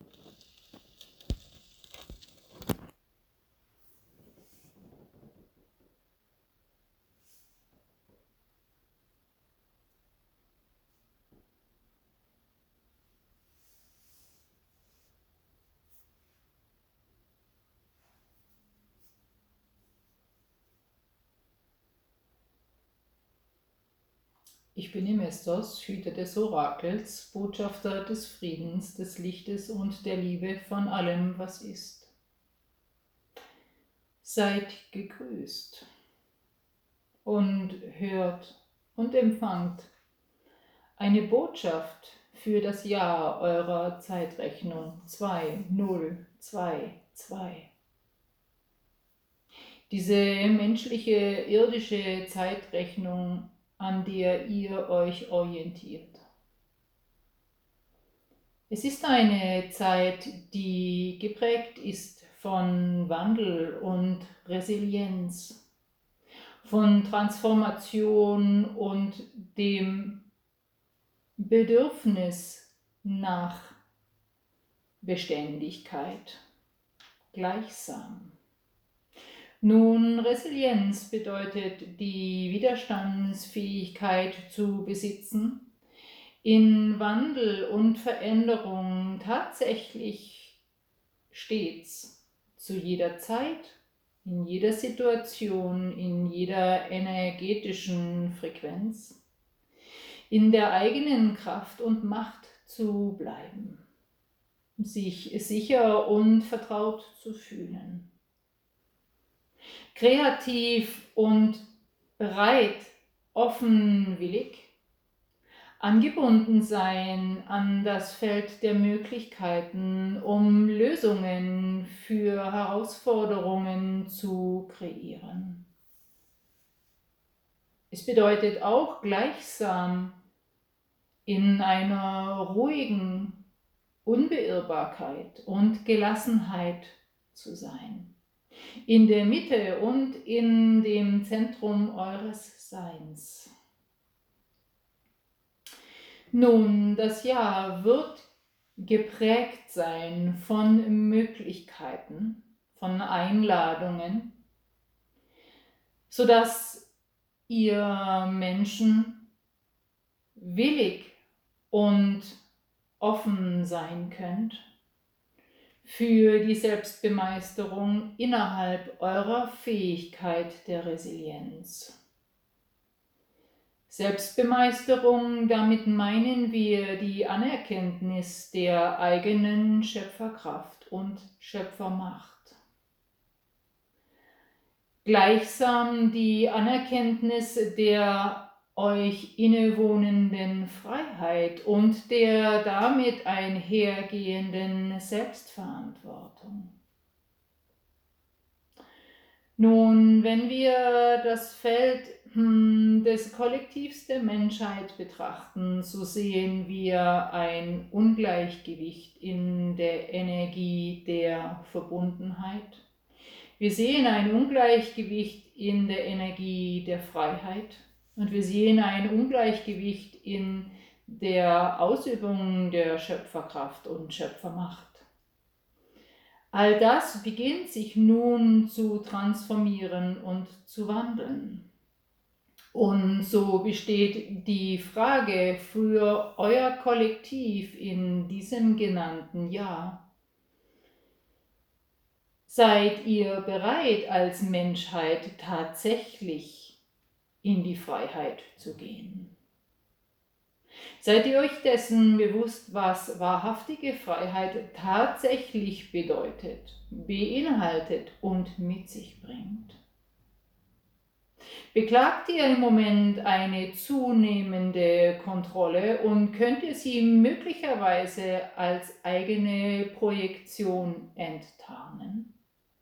Ich bin Hephaistos, Hüter des Orakels, Botschafter des Friedens, des Lichtes und der Liebe von allem, was ist. Seid gegrüßt und hört und empfangt eine Botschaft für das Jahr eurer Zeitrechnung 2022. Diese menschliche, irdische Zeitrechnung, an der ihr euch orientiert. Es ist eine Zeit, die geprägt ist von Wandel und Resilienz, von Transformation und dem Bedürfnis nach Beständigkeit, gleichsam. Nun, Resilienz bedeutet die Widerstandsfähigkeit zu besitzen, in Wandel und Veränderung tatsächlich stets, zu jeder Zeit, in jeder Situation, in jeder energetischen Frequenz, in der eigenen Kraft und Macht zu bleiben, sich sicher und vertraut zu fühlen. Kreativ und bereit, offen, willig, angebunden sein an das Feld der Möglichkeiten, um Lösungen für Herausforderungen zu kreieren. Es bedeutet auch gleichsam in einer ruhigen Unbeirrbarkeit und Gelassenheit zu sein. In der Mitte und in dem Zentrum eures Seins. Nun, das Jahr wird geprägt sein von Möglichkeiten, von Einladungen, sodass ihr Menschen willig und offen sein könnt für die Selbstbemeisterung innerhalb eurer Fähigkeit der Resilienz. Selbstbemeisterung, damit meinen wir die Anerkenntnis der eigenen Schöpferkraft und Schöpfermacht. Gleichsam die Anerkenntnis der euch innewohnenden Freiheit und der damit einhergehenden Selbstverantwortung. Nun, wenn wir das Feld des Kollektivs der Menschheit betrachten, so sehen wir ein Ungleichgewicht in der Energie der Verbundenheit. Wir sehen ein Ungleichgewicht in der Energie der Freiheit und wir sehen ein Ungleichgewicht in der Ausübung der Schöpferkraft und Schöpfermacht. All das beginnt sich nun zu transformieren und zu wandeln. Und so besteht die Frage für euer Kollektiv in diesem genannten Jahr. Seid ihr bereit, als Menschheit tatsächlich in die Freiheit zu gehen? Seid ihr euch dessen bewusst, was wahrhaftige Freiheit tatsächlich bedeutet, beinhaltet und mit sich bringt? Beklagt ihr im Moment eine zunehmende Kontrolle und könnt ihr sie möglicherweise als eigene Projektion enttarnen?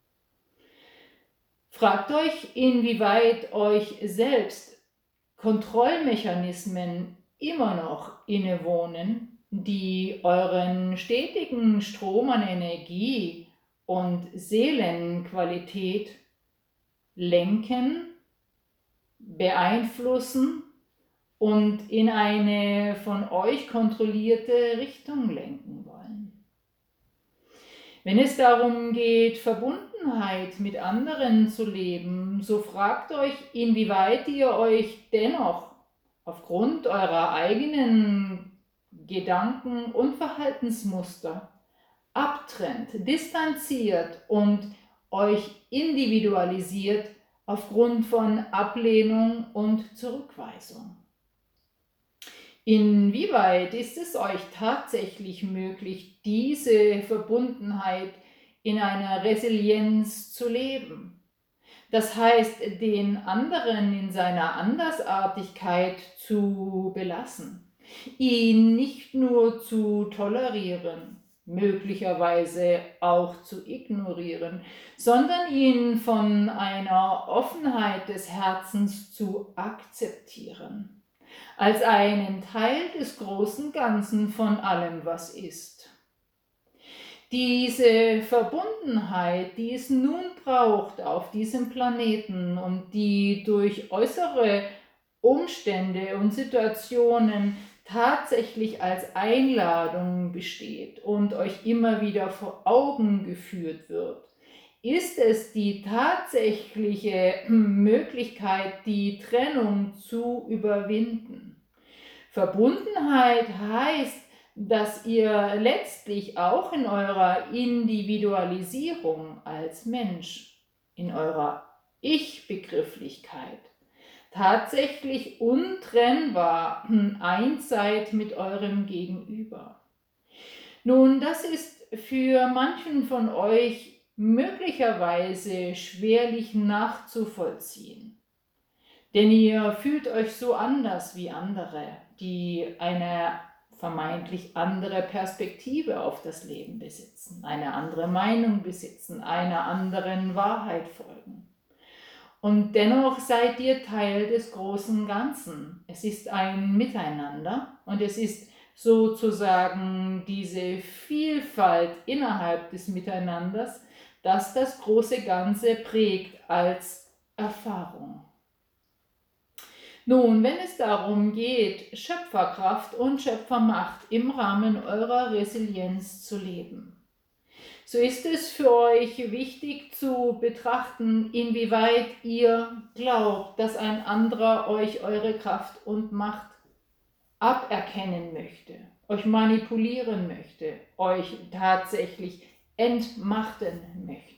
Fragt euch, inwieweit euch selbst Kontrollmechanismen immer noch innewohnen, die euren stetigen Strom an Energie und Seelenqualität lenken, beeinflussen und in eine von euch kontrollierte Richtung lenken wollen. Wenn es darum geht, Verbundenheit mit anderen zu leben, so fragt euch, inwieweit ihr euch dennoch aufgrund eurer eigenen Gedanken und Verhaltensmuster abtrennt, distanziert und euch individualisiert aufgrund von Ablehnung und Zurückweisung. Inwieweit ist es euch tatsächlich möglich, diese Verbundenheit in einer Resilienz zu leben? Das heißt, den anderen in seiner Andersartigkeit zu belassen, ihn nicht nur zu tolerieren, möglicherweise auch zu ignorieren, sondern ihn von einer Offenheit des Herzens zu akzeptieren, als einen Teil des großen Ganzen von allem, was ist. Diese Verbundenheit, die es nun braucht auf diesem Planeten und die durch äußere Umstände und Situationen tatsächlich als Einladung besteht und euch immer wieder vor Augen geführt wird, ist es die tatsächliche Möglichkeit, die Trennung zu überwinden. Verbundenheit heißt, dass ihr letztlich auch in eurer Individualisierung als Mensch, in eurer Ich-Begrifflichkeit, tatsächlich untrennbar eins seid mit eurem Gegenüber. Nun, das ist für manchen von euch möglicherweise schwerlich nachzuvollziehen, denn ihr fühlt euch so anders wie andere, die eine vermeintlich andere Perspektive auf das Leben besitzen, eine andere Meinung besitzen, einer anderen Wahrheit folgen. Und dennoch seid ihr Teil des großen Ganzen. Es ist ein Miteinander und es ist sozusagen diese Vielfalt innerhalb des Miteinanders, das das große Ganze prägt als Erfahrung. Nun, wenn es darum geht, Schöpferkraft und Schöpfermacht im Rahmen eurer Resilienz zu leben, so ist es für euch wichtig zu betrachten, inwieweit ihr glaubt, dass ein anderer euch eure Kraft und Macht aberkennen möchte, euch manipulieren möchte, euch tatsächlich entmachten möchte.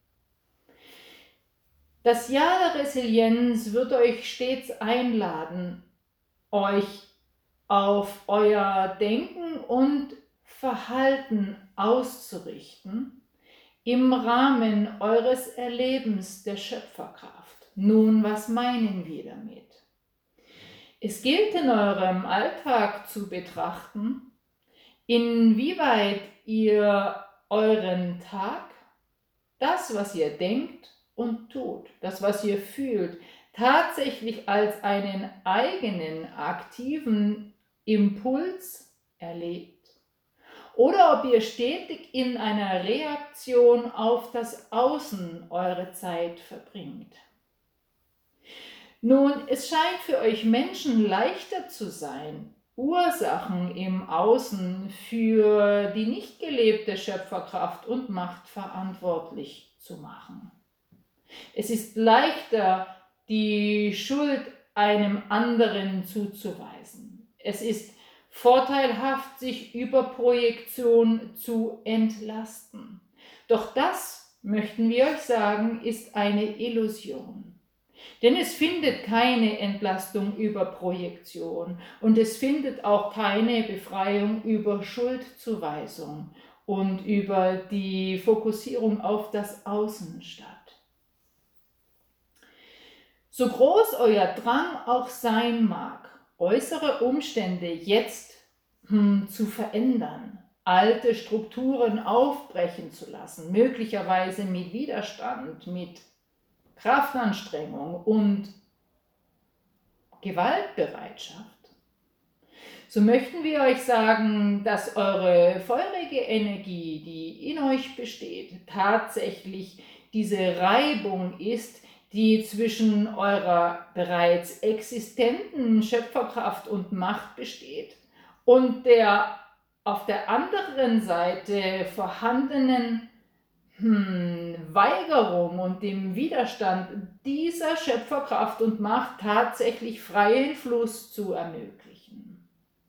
Das Jahr der Resilienz wird euch stets einladen, euch auf euer Denken und Verhalten auszurichten im Rahmen eures Erlebens der Schöpferkraft. Nun, was meinen wir damit? Es gilt in eurem Alltag zu betrachten, inwieweit ihr euren Tag, das, was ihr denkt und tut, das, was ihr fühlt, tatsächlich als einen eigenen aktiven Impuls erlebt oder ob ihr stetig in einer Reaktion auf das Außen eure Zeit verbringt. Nun, es scheint für euch Menschen leichter zu sein, Ursachen im Außen für die nicht gelebte Schöpferkraft und Macht verantwortlich zu machen. Es ist leichter, die Schuld einem anderen zuzuweisen. Es ist vorteilhaft, sich über Projektion zu entlasten. Doch das, möchten wir euch sagen, ist eine Illusion. Denn es findet keine Entlastung über Projektion und es findet auch keine Befreiung über Schuldzuweisung und über die Fokussierung auf das Außen statt. So groß euer Drang auch sein mag, äußere Umstände jetzt zu verändern, alte Strukturen aufbrechen zu lassen, möglicherweise mit Widerstand, mit Kraftanstrengung und Gewaltbereitschaft, so möchten wir euch sagen, dass eure feurige Energie, die in euch besteht, tatsächlich diese Reibung ist, die zwischen eurer bereits existenten Schöpferkraft und Macht besteht und der auf der anderen Seite vorhandenen Weigerung und dem Widerstand dieser Schöpferkraft und Macht tatsächlich freien Fluss zu ermöglichen.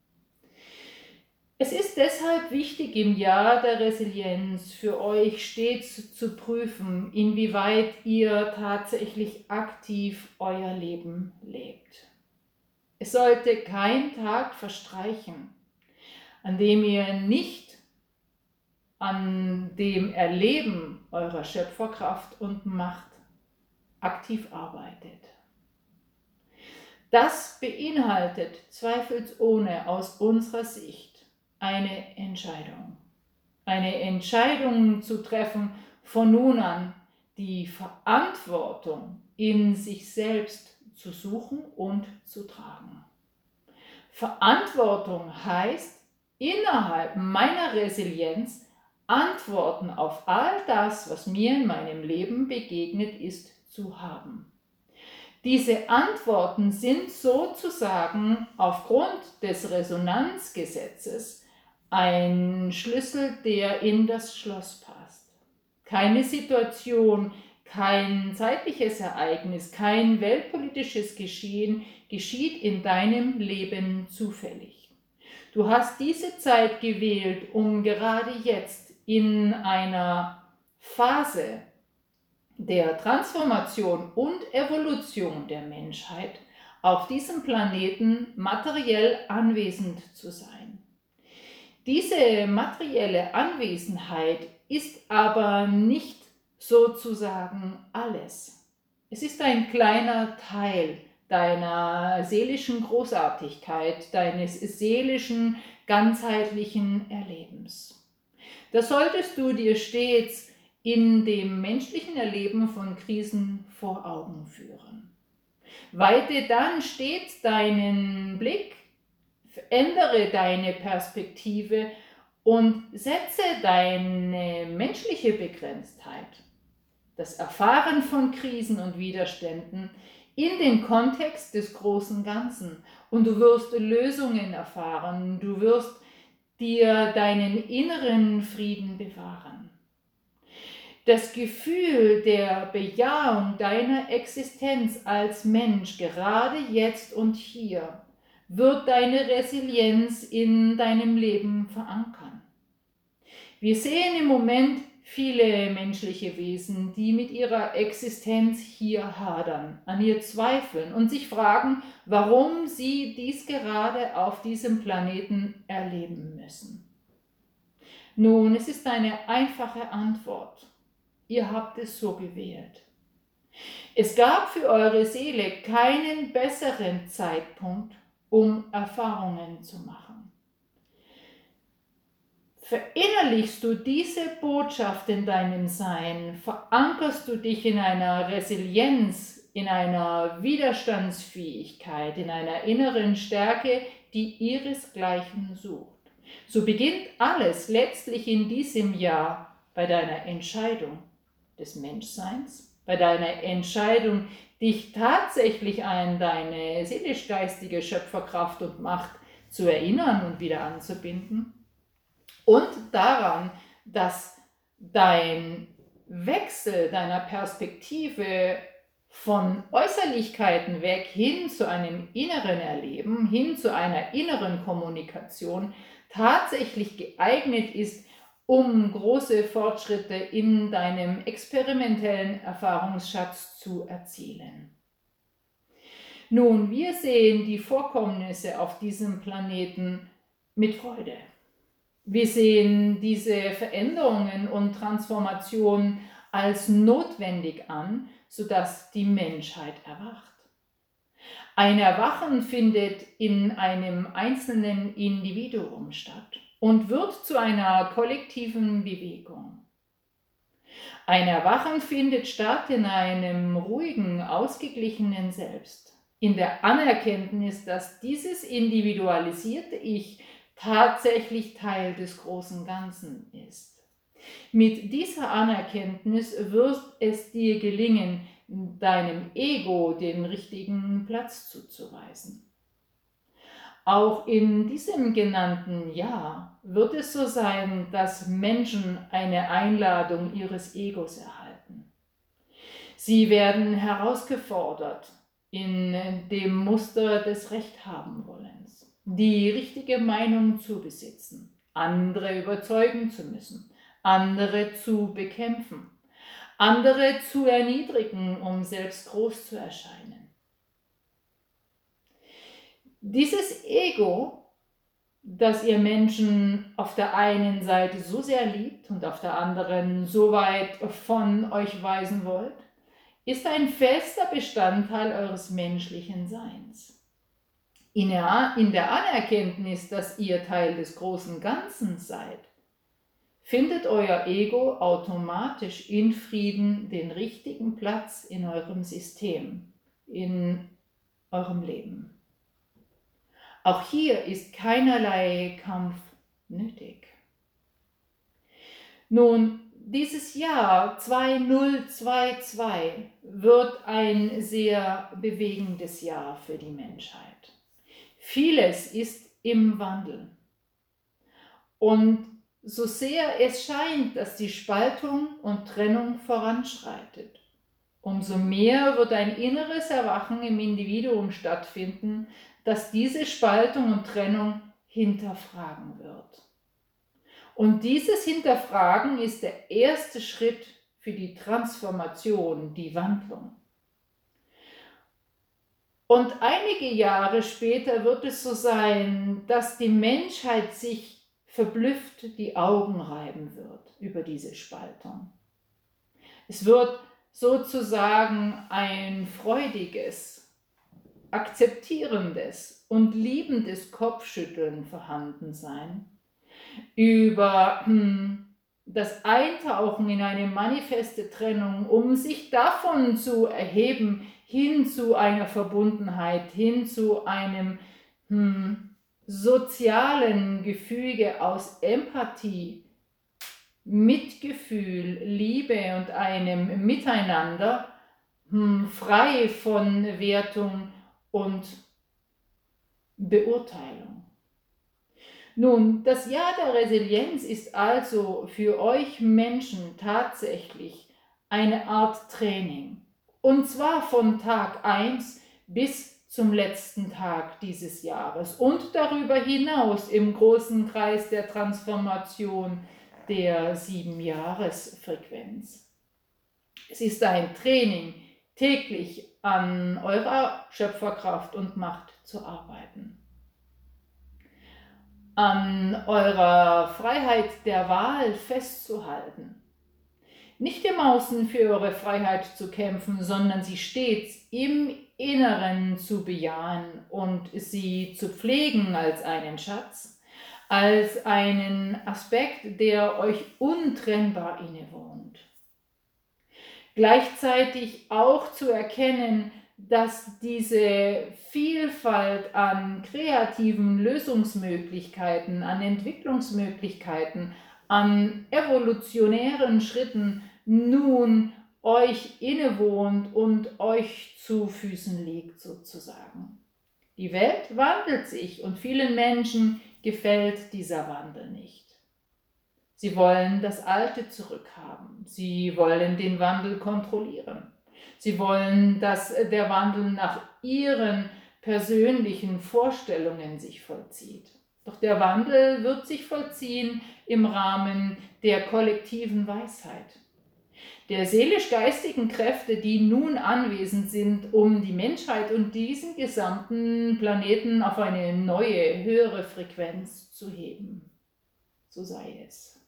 Es ist deshalb wichtig, im Jahr der Resilienz für euch stets zu prüfen, inwieweit ihr tatsächlich aktiv euer Leben lebt. Es sollte kein Tag verstreichen, an dem ihr nicht an dem Erleben eurer Schöpferkraft und Macht aktiv arbeitet. Das beinhaltet zweifelsohne aus unserer Sicht eine Entscheidung. Eine Entscheidung zu treffen, von nun an die Verantwortung in sich selbst zu suchen und zu tragen. Verantwortung heißt, innerhalb meiner Resilienz Antworten auf all das, was mir in meinem Leben begegnet ist, zu haben. Diese Antworten sind sozusagen aufgrund des Resonanzgesetzes ein Schlüssel, der in das Schloss passt. Keine Situation, kein zeitliches Ereignis, kein weltpolitisches Geschehen geschieht in deinem Leben zufällig. Du hast diese Zeit gewählt, um gerade jetzt in einer Phase der Transformation und Evolution der Menschheit auf diesem Planeten materiell anwesend zu sein. Diese materielle Anwesenheit ist aber nicht sozusagen alles. Es ist ein kleiner Teil deiner seelischen Großartigkeit, deines seelischen, ganzheitlichen Erlebens. Das solltest du dir stets in dem menschlichen Erleben von Krisen vor Augen führen. Weite dann stets deinen Blick, verändere deine Perspektive und setze deine menschliche Begrenztheit, das Erfahren von Krisen und Widerständen, in den Kontext des großen Ganzen. Und du wirst Lösungen erfahren, du wirst dir deinen inneren Frieden bewahren. Das Gefühl der Bejahung deiner Existenz als Mensch, gerade jetzt und hier, wird deine Resilienz in deinem Leben verankern. Wir sehen im Moment viele menschliche Wesen, die mit ihrer Existenz hier hadern, an ihr zweifeln und sich fragen, warum sie dies gerade auf diesem Planeten erleben müssen. Nun, es ist eine einfache Antwort. Ihr habt es so gewählt. Es gab für eure Seele keinen besseren Zeitpunkt, um Erfahrungen zu machen. Verinnerlichst du diese Botschaft in deinem Sein, verankerst du dich in einer Resilienz, in einer Widerstandsfähigkeit, in einer inneren Stärke, die ihresgleichen sucht. So beginnt alles letztlich in diesem Jahr bei deiner Entscheidung des Menschseins, bei deiner Entscheidung, dich tatsächlich an deine seelisch-geistige Schöpferkraft und Macht zu erinnern und wieder anzubinden. Und daran, dass dein Wechsel deiner Perspektive von Äußerlichkeiten weg hin zu einem inneren Erleben, hin zu einer inneren Kommunikation tatsächlich geeignet ist, um große Fortschritte in deinem experimentellen Erfahrungsschatz zu erzielen. Nun, wir sehen die Vorkommnisse auf diesem Planeten mit Freude. Wir sehen diese Veränderungen und Transformationen als notwendig an, sodass die Menschheit erwacht. Ein Erwachen findet in einem einzelnen Individuum statt und wird zu einer kollektiven Bewegung. Ein Erwachen findet statt in einem ruhigen, ausgeglichenen Selbst, in der Anerkenntnis, dass dieses individualisierte Ich tatsächlich Teil des großen Ganzen ist. Mit dieser Anerkenntnis wird es dir gelingen, deinem Ego den richtigen Platz zuzuweisen. Auch in diesem genannten Jahr wird es so sein, dass Menschen eine Einladung ihres Egos erhalten. Sie werden herausgefordert in dem Muster des Rechthabenwollens, die richtige Meinung zu besitzen, andere überzeugen zu müssen, andere zu bekämpfen, andere zu erniedrigen, um selbst groß zu erscheinen. Dieses Ego, das ihr Menschen auf der einen Seite so sehr liebt und auf der anderen so weit von euch weisen wollt, ist ein fester Bestandteil eures menschlichen Seins. In der Anerkenntnis, dass ihr Teil des großen Ganzen seid, findet euer Ego automatisch in Frieden den richtigen Platz in eurem System, in eurem Leben. Auch hier ist keinerlei Kampf nötig. Nun, dieses Jahr 2022 wird ein sehr bewegendes Jahr für die Menschheit. Vieles ist im Wandel. Und so sehr es scheint, dass die Spaltung und Trennung voranschreitet, umso mehr wird ein inneres Erwachen im Individuum stattfinden, das diese Spaltung und Trennung hinterfragen wird. Und dieses Hinterfragen ist der erste Schritt für die Transformation, die Wandlung. Und einige Jahre später wird es so sein, dass die Menschheit sich verblüfft die Augen reiben wird über diese Spaltung. Es wird sozusagen ein freudiges, akzeptierendes und liebendes Kopfschütteln vorhanden sein über das Eintauchen in eine manifeste Trennung, um sich davon zu erheben, hin zu einer Verbundenheit, hin zu einem sozialen Gefüge aus Empathie, Mitgefühl, Liebe und einem Miteinander, frei von Wertung und Beurteilung. Nun, das Jahr der Resilienz ist also für euch Menschen tatsächlich eine Art Training. Und zwar von Tag 1 bis zum letzten Tag dieses Jahres und darüber hinaus im großen Kreis der Transformation der 7-Jahres-Frequenz. Es ist ein Training, täglich an eurer Schöpferkraft und Macht zu arbeiten. An eurer Freiheit der Wahl festzuhalten. Nicht im Außen für eure Freiheit zu kämpfen, sondern sie stets im Inneren zu bejahen und sie zu pflegen als einen Schatz, als einen Aspekt, der euch untrennbar innewohnt. Gleichzeitig auch zu erkennen, dass diese Vielfalt an kreativen Lösungsmöglichkeiten, an Entwicklungsmöglichkeiten, an evolutionären Schritten nun euch innewohnt und euch zu Füßen liegt sozusagen. Die Welt wandelt sich und vielen Menschen gefällt dieser Wandel nicht. Sie wollen das Alte zurückhaben. Sie wollen den Wandel kontrollieren. Sie wollen, dass der Wandel nach ihren persönlichen Vorstellungen sich vollzieht. Doch der Wandel wird sich vollziehen im Rahmen der kollektiven Weisheit, der seelisch-geistigen Kräfte, die nun anwesend sind, um die Menschheit und diesen gesamten Planeten auf eine neue, höhere Frequenz zu heben. So sei es.